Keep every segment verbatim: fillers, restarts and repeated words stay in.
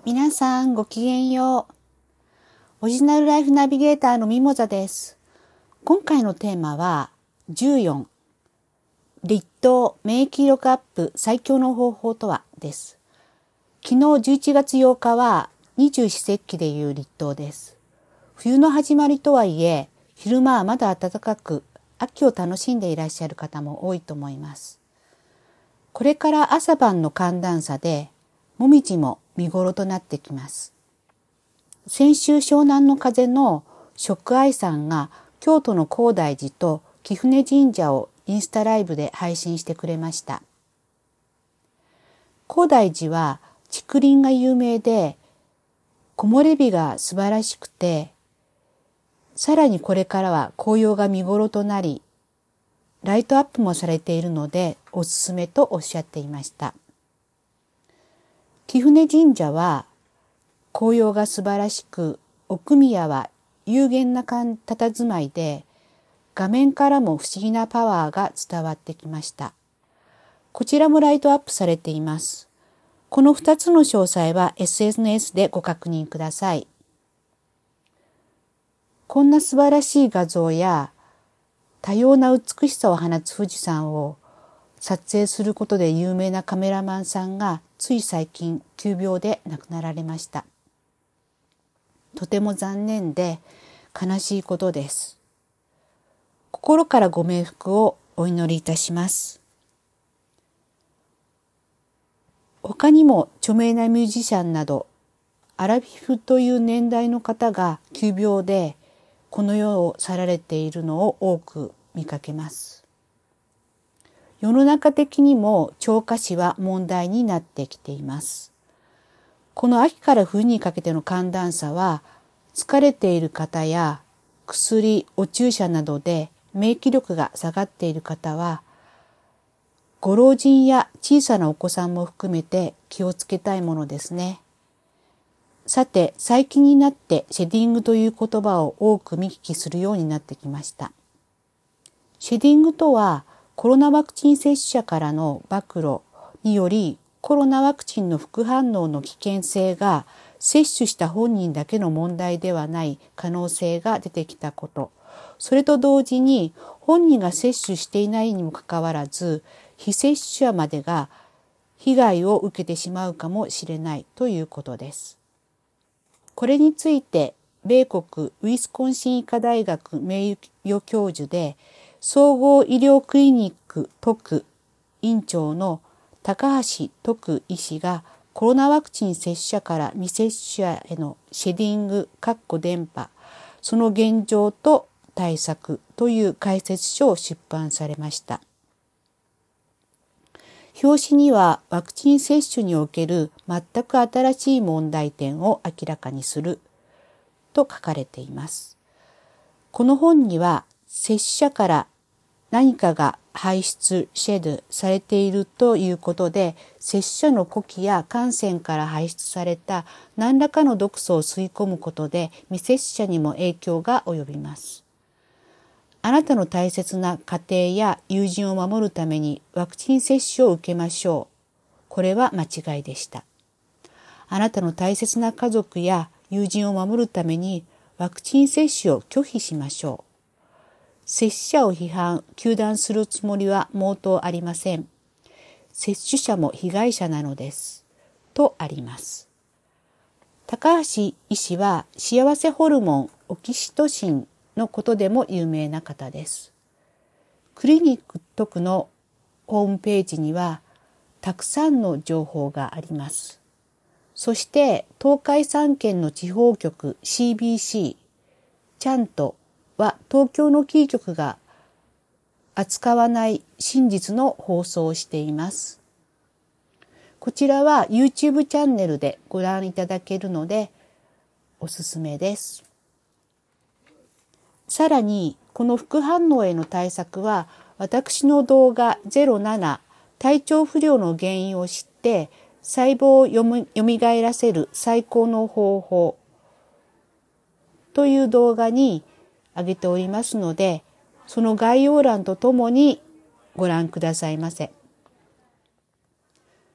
皆さんごきげんよう。オリジナルライフナビゲーターのミモザです。今回のテーマはじゅうよん。立冬免疫力アップ最強の方法とはです。昨日じゅういちがつようかは二十四節気でいう立冬です。冬の始まりとはいえ、昼間はまだ暖かく秋を楽しんでいらっしゃる方も多いと思います。これから朝晩の寒暖差でもみじも見頃となってきます。先週湘南の風の食愛さんが京都の高台寺と貴船神社をインスタライブで配信してくれました。高台寺は竹林が有名で木漏れ日が素晴らしくて、さらにこれからは紅葉が見頃となり、ライトアップもされているのでおすすめとおっしゃっていました。貴船神社は紅葉が素晴らしく、奥宮は幽玄な佇まいで、画面からも不思議なパワーが伝わってきました。こちらもライトアップされています。このふたつの詳細は エスエヌエス でご確認ください。こんな素晴らしい画像や多様な美しさを放つ富士山を撮影することで有名なカメラマンさんがつい最近急病で亡くなられました。とても残念で悲しいことです。心からご冥福をお祈りいたします。他にも著名なミュージシャンなどアラフィフという年代の方が急病でこの世を去られているのを多く見かけます。世の中的にも超過死は問題になってきています。この秋から冬にかけての寒暖差は、疲れている方や薬、お注射などで免疫力が下がっている方は、ご老人や小さなお子さんも含めて気をつけたいものですね。さて、最近になってシェディングという言葉を多く見聞きするようになってきました。シェディングとは、コロナワクチン接種者からの暴露によりコロナワクチンの副反応の危険性が接種した本人だけの問題ではない可能性が出てきたこと、それと同時に本人が接種していないにもかかわらず非接種者までが被害を受けてしまうかもしれないということです。これについて米国ウィスコンシン医科大学名誉教授で総合医療クリニック特院長の高橋徳医師がコロナワクチン接種者から未接種者へのシェディング（伝播）その現状と対策という解説書を出版されました。表紙にはワクチン接種における全く新しい問題点を明らかにすると書かれています。この本には接種者から何かが排出、シェドされているということで、接種者の呼気や汗腺から排出された何らかの毒素を吸い込むことで未接種者にも影響が及びます。あなたの大切な家庭や友人を守るためにワクチン接種を受けましょう。これは間違いでした。あなたの大切な家族や友人を守るためにワクチン接種を拒否しましょう。接種者を批判、糾弾するつもりは毛頭ありません。接種者も被害者なのです。とあります。高橋医師は幸せホルモンオキシトシンのことでも有名な方です。クリニック特のホームページにはたくさんの情報があります。そして東海さんけんの地方局 シービーシー ちゃんとは東京のキー局が扱わない真実の放送をしています。こちらは YouTube チャンネルでご覧いただけるのでおすすめです。さらにこの副反応への対策は私の動画ゼロなな体調不良の原因を知って細胞をよみ、よみがえらせる最高の方法という動画に上げておりますので、その概要欄とともにご覧くださいませ。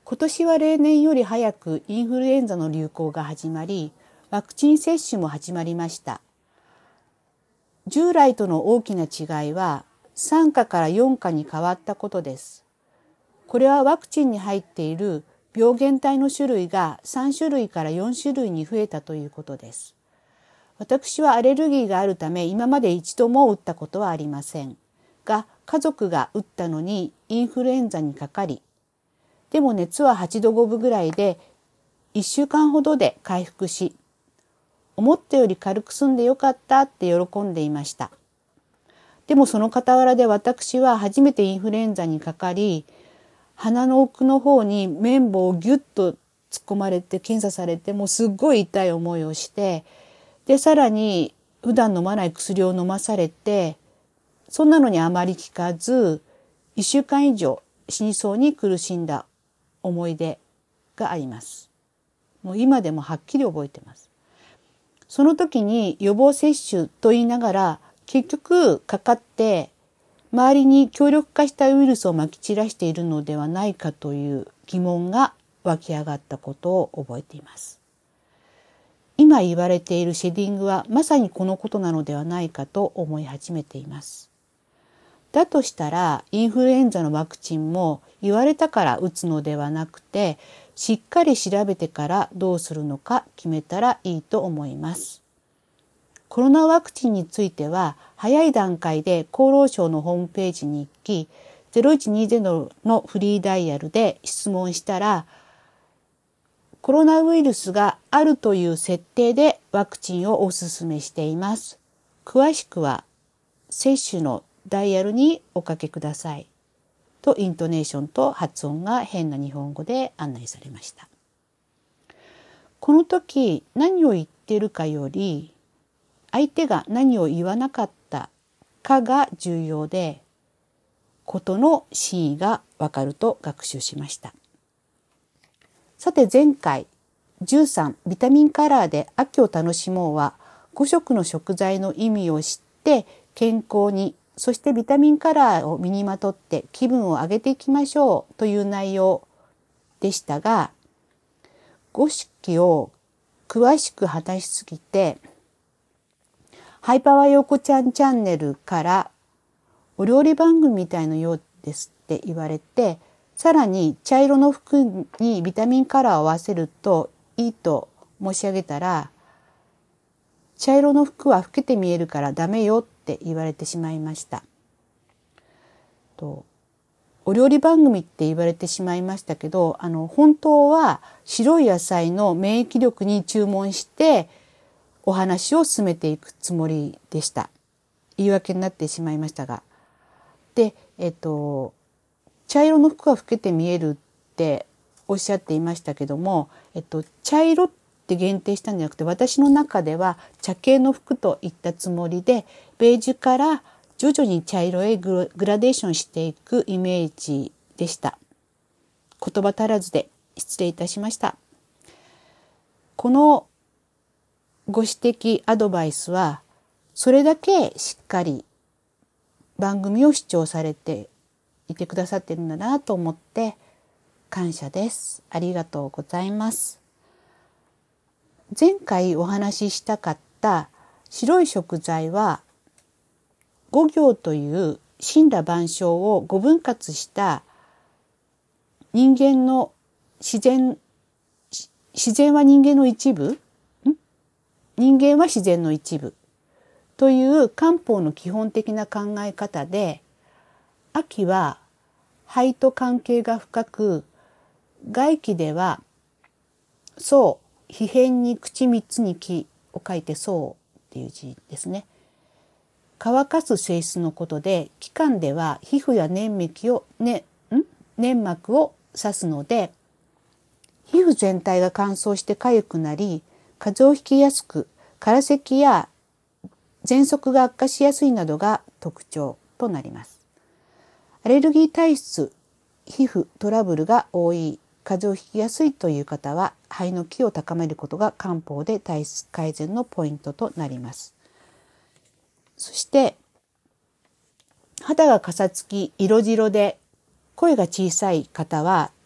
今年は例年より早くインフルエンザの流行が始まり、ワクチン接種も始まりました。従来との大きな違いはさんかからよんかに変わったことです。これはワクチンに入っている病原体の種類がさんしゅるいからよんしゅるいに増えたということです。私はアレルギーがあるため今まで一度も打ったことはありませんが、家族が打ったのにインフルエンザにかかり、でも熱ははちどごぶぐらいでいっしゅうかんほどで回復し、思ったより軽く済んでよかったって喜んでいました。でもその傍らで私は初めてインフルエンザにかかり、鼻の奥の方に綿棒をギュッと突っ込まれて検査されて、もうすっごい痛い思いをして、でさらに普段飲まない薬を飲まされて、そんなのにあまり効かずいっしゅうかん以上死にそうに苦しんだ思い出があります。もう今でもはっきり覚えてます。その時に予防接種と言いながら結局かかって周りに強力化したウイルスをまき散らしているのではないかという疑問が湧き上がったことを覚えています。今言われているシェディングはまさにこのことなのではないかと思い始めています。だとしたらインフルエンザのワクチンも言われたから打つのではなくて、しっかり調べてからどうするのか決めたらいいと思います。コロナワクチンについては早い段階で厚労省のホームページに行き、ゼロいちにゼロのフリーダイヤルで質問したら、コロナウイルスがあるという設定でワクチンをお勧めしています。詳しくは接種のダイヤルにおかけください。とイントネーションと発音が変な日本語で案内されました。この時何を言っているかより、相手が何を言わなかったかが重要で、ことの真意がわかると学習しました。さて前回じゅうさんビタミンカラーで秋を楽しもうはごしょくの食材の意味を知って健康に、そしてビタミンカラーを身にまとって気分を上げていきましょうという内容でしたが、ご式を詳しく話しすぎて、ハイパワーヨコちゃんチャンネルからお料理番組みたいのようですって言われて、さらに茶色の服にビタミンカラーを合わせるといいと申し上げたら、茶色の服は老けて見えるからダメよって言われてしまいました。とお料理番組って言われてしまいましたけど、あの本当は白い野菜の免疫力に注文してお話を進めていくつもりでした。言い訳になってしまいましたが。で、えっと、茶色の服は老けて見えるっておっしゃっていましたけども、えっと、茶色って限定したんじゃなくて、私の中では茶系の服といったつもりで、ベージュから徐々に茶色へグラデーションしていくイメージでした。言葉足らずで失礼いたしました。このご指摘アドバイスはそれだけしっかり番組を視聴されていてくださってるんだなと思って感謝です。ありがとうございます。前回お話ししたかった白い食材は五行という森羅万象を五分割した人間の自然、自然は人間の一部、人間は自然の一部という漢方の基本的な考え方で、秋は肺と関係が深く、外気では草、皮辺に口三つに木を書いて草っていう字ですね。乾かす性質のことで、気管では皮膚や粘膜を、ね、ん粘膜を指すので、皮膚全体が乾燥して痒くなり、風邪をひきやすく、空咳や喘息が悪化しやすいなどが特徴となります。アレルギー体質、皮膚トラブルが多い、風邪をひきやすいという方は、肺の気を高めることが漢方で体質改善のポイントとなります。そして肌がかさつき色白で声が小さい方は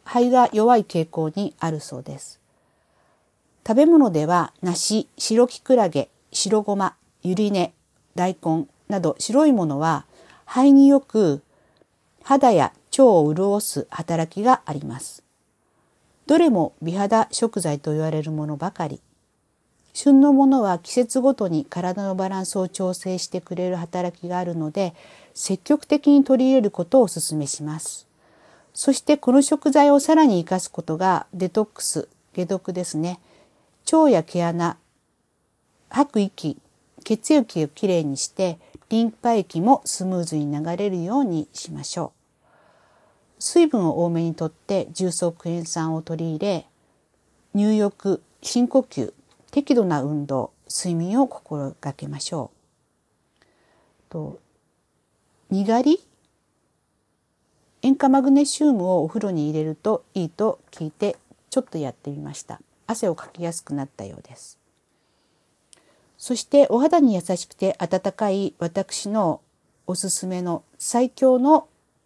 肺が弱い傾向にあるそうです。食べ物では梨、白キクラゲ、白ごま、ゆり根、大根など白いものは肺によく肌や腸を潤す働きがあります。どれも美肌食材と言われるものばかり。旬のものは季節ごとに体のバランスを調整してくれる働きがあるので、積極的に取り入れることをお勧めします。そしてこの食材をさらに生かすことがデトックス、解毒ですね。腸や毛穴、吐く息、血液をきれいにしてリンパ液もスムーズに流れるようにしましょう。水分を多めにとって重曹クエン酸を取り入れ、入浴、深呼吸、適度な運動、睡眠を心がけましょう。とにがり、塩化マグネシウムをお風呂に入れるといいと聞いてちょっとやってみました。汗をかきやすくなったようです。そしてお肌に優しくて温かい私のおすすめの最強の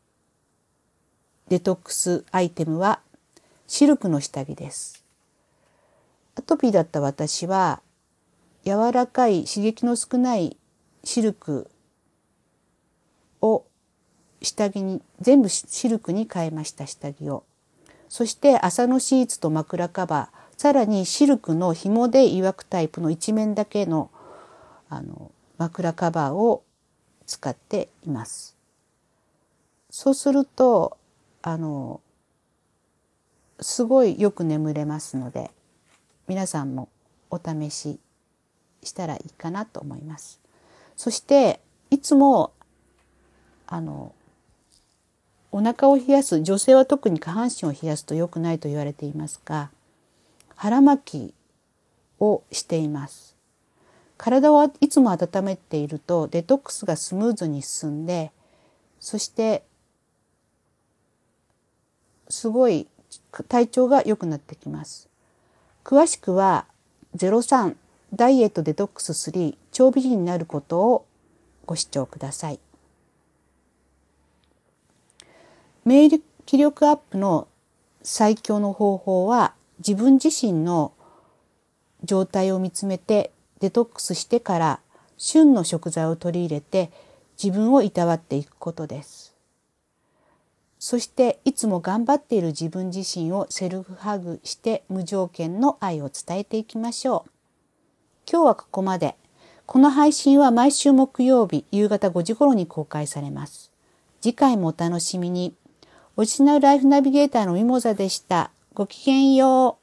デトックスアイテムはシルクの下着です。アトピーだった私は柔らかい刺激の少ないシルクを下着に全部シルクに変えました。下着を。そして麻のシーツと枕カバー、さらにシルクの紐でいわくタイプの一面だけのあの枕カバーを使っています。そうするとあのすごいよく眠れますので、皆さんもお試ししたらいいかなと思います。そしていつもあのお腹を冷やす、女性は特に下半身を冷やすと良くないと言われていますが、腹巻きをしています。体をいつも温めているとデトックスがスムーズに進んで、そしてすごい体調が良くなってきます。詳しくはゼロさんダイエットデトックススリー超美人になることをご視聴ください。免疫力アップの最強の方法は、自分自身の状態を見つめてデトックスしてから旬の食材を取り入れて自分をいたわっていくことです。そしていつも頑張っている自分自身をセルフハグして無条件の愛を伝えていきましょう。今日はここまで。この配信は毎週木曜日夕方ごじ頃に公開されます。次回もお楽しみに。オリジナルライフナビゲーターのミモザでした。ごきげんよう。